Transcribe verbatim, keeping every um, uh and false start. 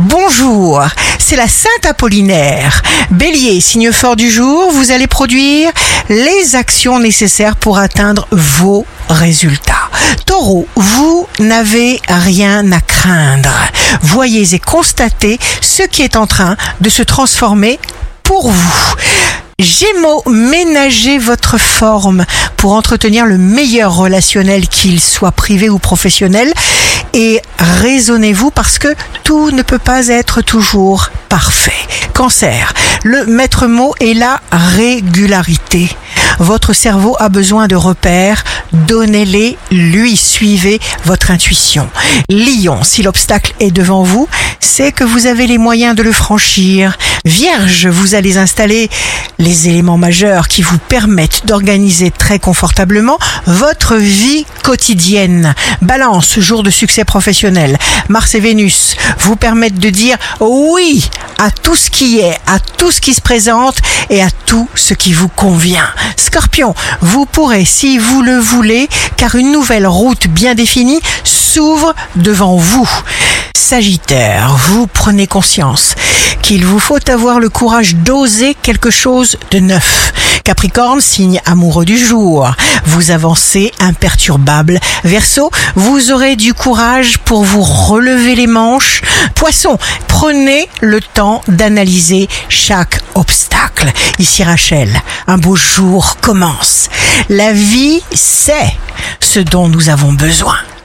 Bonjour, c'est la Sainte Apollinaire. Bélier, signe fort du jour, vous allez produire les actions nécessaires pour atteindre vos résultats. Taureau, vous n'avez rien à craindre. Voyez et constatez ce qui est en train de se transformer pour vous. Gémeaux, ménagez votre forme pour entretenir le meilleur relationnel, qu'il soit privé ou professionnel, et raisonnez-vous parce que tout ne peut pas être toujours parfait. Cancer, le maître mot est la régularité. Votre cerveau a besoin de repères, donnez-les lui, suivez votre intuition. Lion, si l'obstacle est devant vous, c'est que vous avez les moyens de le franchir. Vierge, vous allez installer les éléments majeurs qui vous permettent d'organiser très confortablement votre vie quotidienne. Balance, jour de succès professionnel. Mars et Vénus vous permettent de dire oui à tout ce qui est, à tout ce qui se présente et à tout ce qui vous convient. Scorpion, vous pourrez, si vous le voulez, car une nouvelle route bien définie s'ouvre devant vous. Sagittaire, vous prenez conscience qu'il vous faut avoir le courage d'oser quelque chose de neuf. Capricorne, signe amoureux du jour, vous avancez imperturbable. Verseau, vous aurez du courage pour vous relever les manches. Poisson, prenez le temps d'analyser chaque obstacle. Ici Rachel, un beau jour commence. La vie, c'est ce dont nous avons besoin.